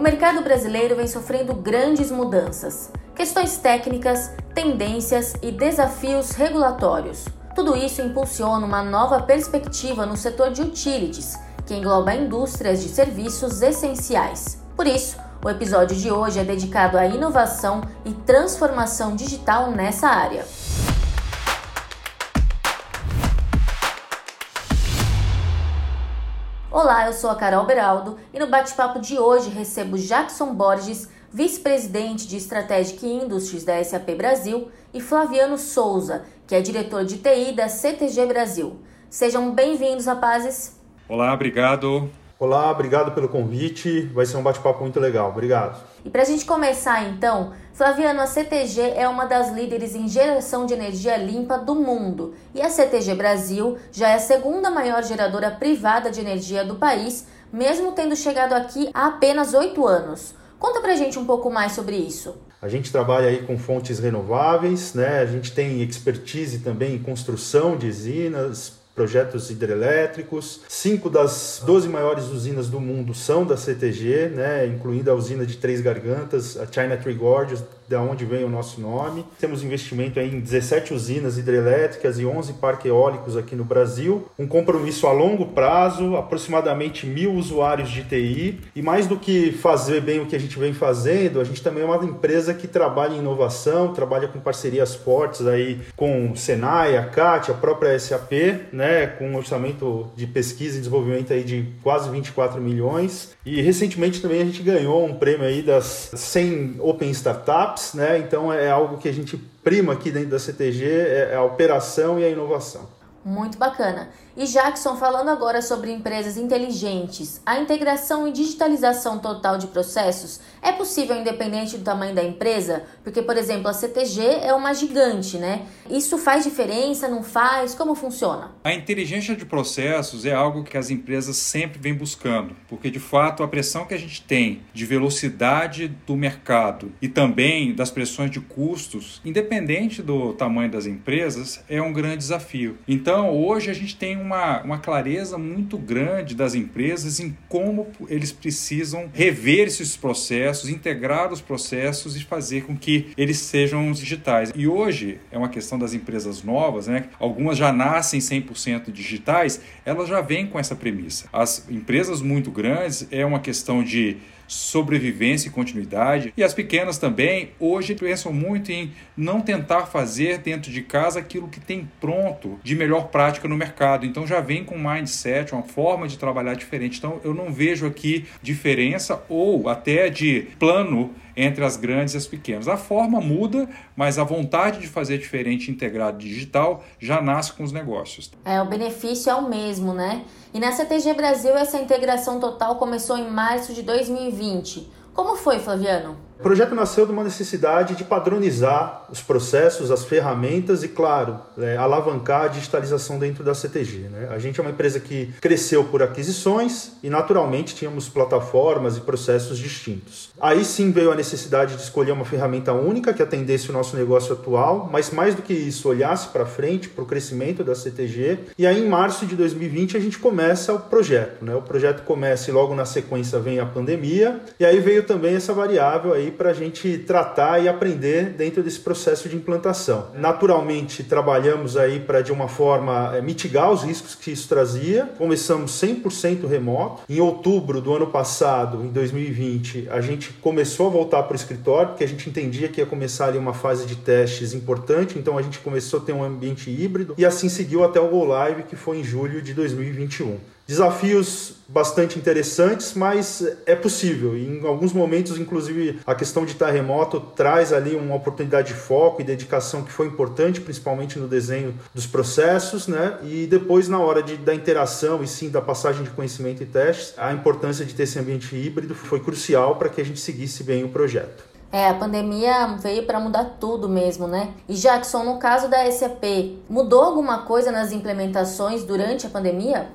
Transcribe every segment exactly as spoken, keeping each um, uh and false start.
mercado brasileiro vem sofrendo grandes mudanças, questões técnicas, tendências e desafios regulatórios. Tudo isso impulsiona uma nova perspectiva no setor de utilities, que engloba indústrias de serviços essenciais. Por isso, o episódio de hoje é dedicado à inovação e transformação digital nessa área. Olá, eu sou a Carol Beraldo e no bate-papo de hoje recebo Jackson Borges, vice-presidente de Strategic Industries da S A P Brasil, e Flaviano Souza, que é diretor de T I da C T G Brasil. Sejam bem-vindos, rapazes. Olá, obrigado. Olá, obrigado pelo convite. Vai ser um bate-papo muito legal. Obrigado. E para a gente começar então, Flaviano, a C T G é uma das líderes em geração de energia limpa do mundo e a C T G Brasil já é a segunda maior geradora privada de energia do país, mesmo tendo chegado aqui há apenas oito anos. Conta pra gente um pouco mais sobre isso. A gente trabalha aí com fontes renováveis, né? A gente tem expertise também em construção de usinas, projetos hidrelétricos. Cinco das doze maiores usinas do mundo são da C T G, né? Incluindo a usina de Três Gargantas, a China Three Gorges, da onde vem o nosso nome. Temos investimento em dezessete usinas hidrelétricas e onze parques eólicos aqui no Brasil. Um compromisso a longo prazo, aproximadamente mil usuários de T I. E mais do que fazer bem o que a gente vem fazendo, a gente também é uma empresa que trabalha em inovação, trabalha com parcerias fortes aí com o Senai, a C A T, a própria S A P, né, com um orçamento de pesquisa e desenvolvimento aí de quase vinte e quatro milhões. E recentemente também a gente ganhou um prêmio aí das cem Open Startups, né? Então é algo que a gente prima aqui dentro da C T G, é a operação e a inovação. Muito bacana. E Jackson, falando agora sobre empresas inteligentes, a integração e digitalização total de processos é possível independente do tamanho da empresa? Porque, por exemplo, a C T G é uma gigante, né? Isso faz diferença, não faz? Como funciona? A inteligência de processos é algo que as empresas sempre vêm buscando, porque, de fato, a pressão que a gente tem de velocidade do mercado e também das pressões de custos, independente do tamanho das empresas, é um grande desafio. Então, hoje a gente tem Uma, uma clareza muito grande das empresas em como eles precisam rever esses processos, integrar os processos e fazer com que eles sejam digitais. E hoje é uma questão das empresas novas, né? Algumas já nascem cem por cento digitais, elas já vêm com essa premissa. As empresas muito grandes é uma questão de sobrevivência e continuidade. E as pequenas também, hoje pensam muito em não tentar fazer dentro de casa aquilo que tem pronto de melhor prática no mercado. Então já vem com um mindset, uma forma de trabalhar diferente. Então eu não vejo aqui diferença ou até de plano entre as grandes e as pequenas. A forma muda, mas a vontade de fazer diferente, integrado digital, já nasce com os negócios. É, o benefício é o mesmo, né? E na C T G Brasil, essa integração total começou em março de dois mil e vinte. Como foi, Flaviano? O projeto nasceu de uma necessidade de padronizar os processos, as ferramentas e, claro, é, alavancar a digitalização dentro da C T G, né? A gente é uma empresa que cresceu por aquisições e, naturalmente, tínhamos plataformas e processos distintos. Aí sim veio a necessidade de escolher uma ferramenta única que atendesse o nosso negócio atual, mas mais do que isso, olhasse para frente, para o crescimento da C T G. E aí, em março de dois mil e vinte, a gente começa o projeto, né? O projeto começa e logo na sequência vem a pandemia. E aí veio também essa variável aí para a gente tratar e aprender dentro desse processo de implantação. Naturalmente, trabalhamos aí para, de uma forma, mitigar os riscos que isso trazia. Começamos cem por cento remoto. Em outubro do ano passado, em dois mil e vinte, a gente começou a voltar para o escritório, porque a gente entendia que ia começar ali uma fase de testes importante, então a gente começou a ter um ambiente híbrido e assim seguiu até o Go Live, que foi em julho de dois mil e vinte e um. Desafios bastante interessantes, mas é possível. E em alguns momentos, inclusive, a questão de estar remoto traz ali uma oportunidade de foco e dedicação que foi importante, principalmente no desenho dos processos, né? E depois, na hora de, da interação e sim da passagem de conhecimento e testes, a importância de ter esse ambiente híbrido foi crucial para que a gente seguisse bem o projeto. É, a pandemia veio para mudar tudo mesmo, né? E Jackson, no caso da S A P, mudou alguma coisa nas implementações durante a pandemia?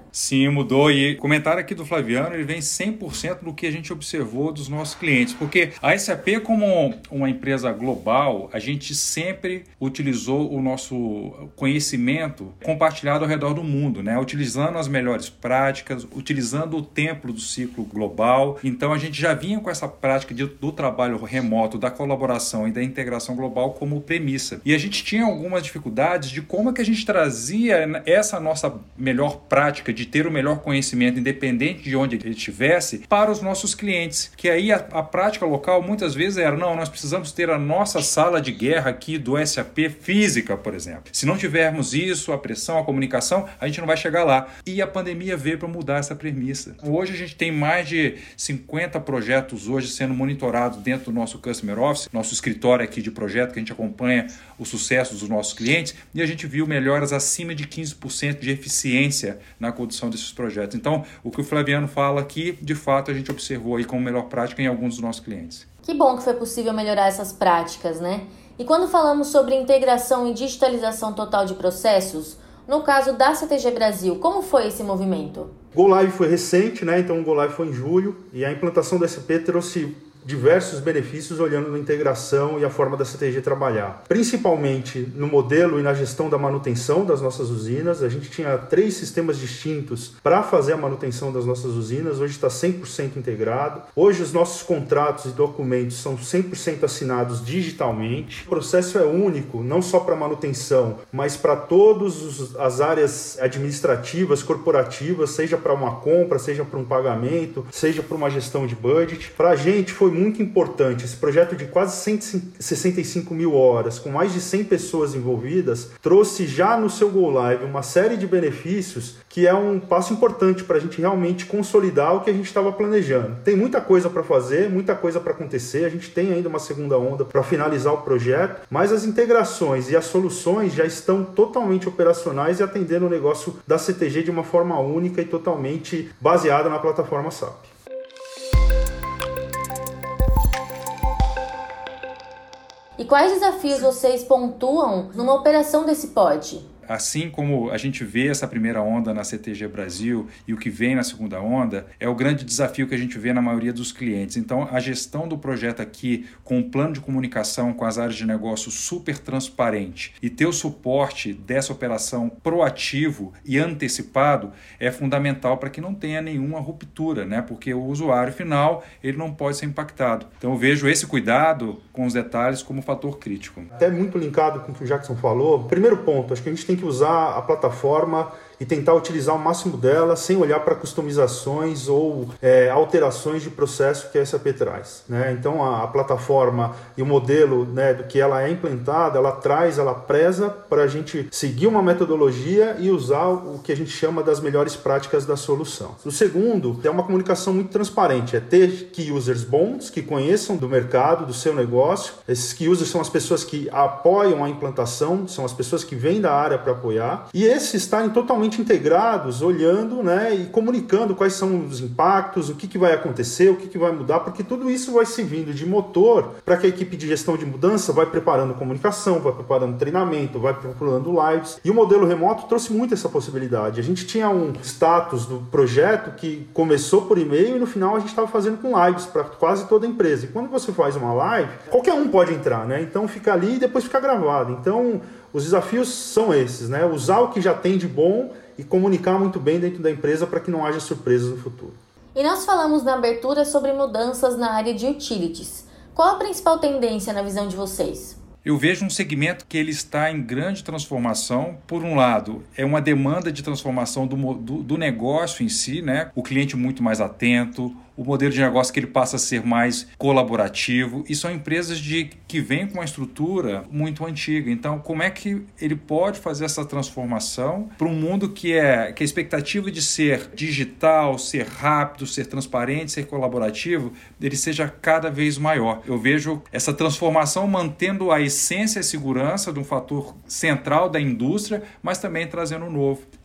Sim, mudou. E o comentário aqui do Flaviano, ele vem cem por cento do que a gente observou dos nossos clientes. Porque a S A P, como uma empresa global, a gente sempre utilizou o nosso conhecimento compartilhado ao redor do mundo, né? Utilizando as melhores práticas, utilizando o templo do ciclo global. Então, a gente já vinha com essa prática de, do trabalho remoto, da colaboração e da integração global como premissa. E a gente tinha algumas dificuldades de como é que a gente trazia essa nossa melhor prática de ter o melhor conhecimento, independente de onde ele estivesse, para os nossos clientes. Que aí a, a prática local muitas vezes era, não, nós precisamos ter a nossa sala de guerra aqui do S A P física, por exemplo. Se não tivermos isso, a pressão, a comunicação, a gente não vai chegar lá. E a pandemia veio para mudar essa premissa. Hoje a gente tem mais de cinquenta projetos hoje sendo monitorados dentro do nosso Customer Office, nosso escritório aqui de projeto, que a gente acompanha o sucesso dos nossos clientes, e a gente viu melhoras acima de quinze por cento de eficiência na condução desses projetos. Então, o que o Flaviano fala aqui, de fato, a gente observou aí como melhor prática em alguns dos nossos clientes. Que bom que foi possível melhorar essas práticas, né? E quando falamos sobre integração e digitalização total de processos, no caso da C T G Brasil, como foi esse movimento? O Go Live foi recente, né? Então o Go Live foi em julho e a implantação do S A P trouxe diversos benefícios olhando na integração e a forma da C T G trabalhar. Principalmente no modelo e na gestão da manutenção das nossas usinas. A gente tinha três sistemas distintos para fazer a manutenção das nossas usinas. Hoje está cem por cento integrado. Hoje os nossos contratos e documentos são cem por cento assinados digitalmente. O processo é único, não só para manutenção, mas para todas as áreas administrativas, corporativas, seja para uma compra, seja para um pagamento, seja para uma gestão de budget. Para a gente foi muito importante. Esse projeto de quase cento e sessenta e cinco mil horas, com mais de cem pessoas envolvidas, trouxe já no seu Go Live uma série de benefícios que é um passo importante para a gente realmente consolidar o que a gente estava planejando. Tem muita coisa para fazer, muita coisa para acontecer, a gente tem ainda uma segunda onda para finalizar o projeto, mas as integrações e as soluções já estão totalmente operacionais e atendendo o negócio da C T G de uma forma única e totalmente baseada na plataforma S A P. E quais desafios vocês pontuam numa operação desse pod? Assim como a gente vê essa primeira onda na C T G Brasil e o que vem na segunda onda, é o grande desafio que a gente vê na maioria dos clientes. Então, a gestão do projeto aqui, com um plano de comunicação com as áreas de negócio super transparente e ter o suporte dessa operação proativo e antecipado é fundamental para que não tenha nenhuma ruptura, né? Porque o usuário final ele não pode ser impactado. Então, eu vejo esse cuidado com os detalhes como fator crítico. Até muito linkado com o que o Jackson falou. Primeiro ponto, acho que a gente tem que usar a plataforma e tentar utilizar o máximo dela sem olhar para customizações ou é, alterações de processo que a S A P traz, né? Então a, a plataforma e o modelo, né, do que ela é implantada, ela traz, ela preza para a gente seguir uma metodologia e usar o que a gente chama das melhores práticas da solução. O segundo é uma comunicação muito transparente, é ter key users bons, que conheçam do mercado, do seu negócio. Esses key users são as pessoas que apoiam a implantação, são as pessoas que vêm da área para apoiar, e esses estarem totalmente integrados, olhando, né, e comunicando quais são os impactos, o que, que vai acontecer, o que, que vai mudar, porque tudo isso vai servindo de motor para que a equipe de gestão de mudança vai preparando comunicação, vai preparando treinamento, vai preparando lives. E o modelo remoto trouxe muito essa possibilidade. A gente tinha um status do projeto que começou por e-mail e no final a gente estava fazendo com lives para quase toda a empresa. E quando você faz uma live, qualquer um pode entrar, né? Então fica ali e depois fica gravado. Então os desafios são esses, né? Usar o que já tem de bom e comunicar muito bem dentro da empresa para que não haja surpresas no futuro. E nós falamos na abertura sobre mudanças na área de utilities. Qual a principal tendência na visão de vocês? Eu vejo um segmento que ele está em grande transformação. Por um lado, é uma demanda de transformação do, do, do negócio em si, né? O cliente muito mais atento, o modelo de negócio que ele passa a ser mais colaborativo, e são empresas de, que vêm com uma estrutura muito antiga. Então, como é que ele pode fazer essa transformação para um mundo que, é, que a expectativa de ser digital, ser rápido, ser transparente, ser colaborativo, ele seja cada vez maior. Eu vejo essa transformação mantendo a essência e a segurança de um fator central da indústria, mas também trazendo um novo,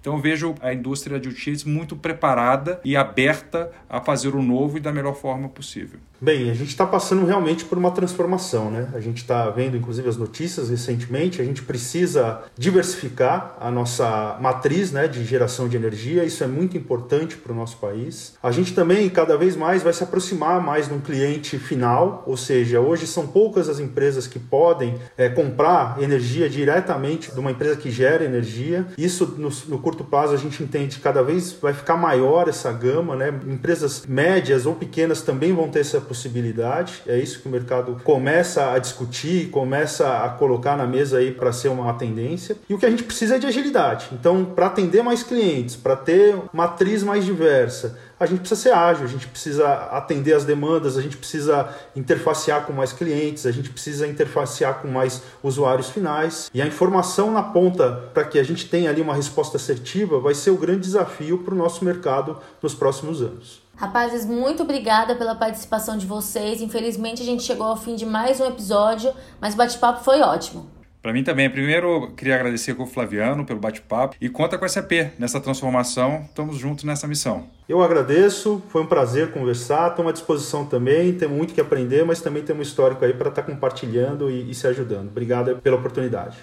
Então eu vejo a indústria de utilities muito preparada e aberta a fazer o novo e da melhor forma possível. Bem, a gente está passando realmente por uma transformação, né? A gente está vendo, inclusive, as notícias recentemente, a gente precisa diversificar a nossa matriz, né, de geração de energia, isso é muito importante para o nosso país. A gente também, cada vez mais, vai se aproximar mais de um cliente final, ou seja, hoje são poucas as empresas que podem é, comprar energia diretamente de uma empresa que gera energia. Isso, no, no curto prazo, a gente entende que cada vez vai ficar maior essa gama, né? Empresas médias ou pequenas também vão ter essa possibilidade. É isso que o mercado começa a discutir, começa a colocar na mesa aí para ser uma tendência. E o que a gente precisa é de agilidade. Então, para atender mais clientes, para ter matriz mais diversa, a gente precisa ser ágil, a gente precisa atender as demandas, a gente precisa interfacear com mais clientes, a gente precisa interfacear com mais usuários finais. E a informação na ponta para que a gente tenha ali uma resposta assertiva vai ser o grande desafio para o nosso mercado nos próximos anos. Rapazes, muito obrigada pela participação de vocês. Infelizmente a gente chegou ao fim de mais um episódio, mas o bate-papo foi ótimo. Para mim também. Primeiro, queria agradecer com o Flaviano pelo bate-papo e conta com a S A P nessa transformação. Estamos juntos nessa missão. Eu agradeço, foi um prazer conversar, estou à disposição também, temos muito que aprender, mas também temos um histórico aí para estar compartilhando e, e se ajudando. Obrigado pela oportunidade.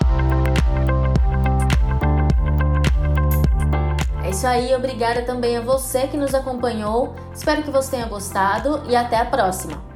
É isso aí, obrigada também a você que nos acompanhou. Espero que você tenha gostado e até a próxima.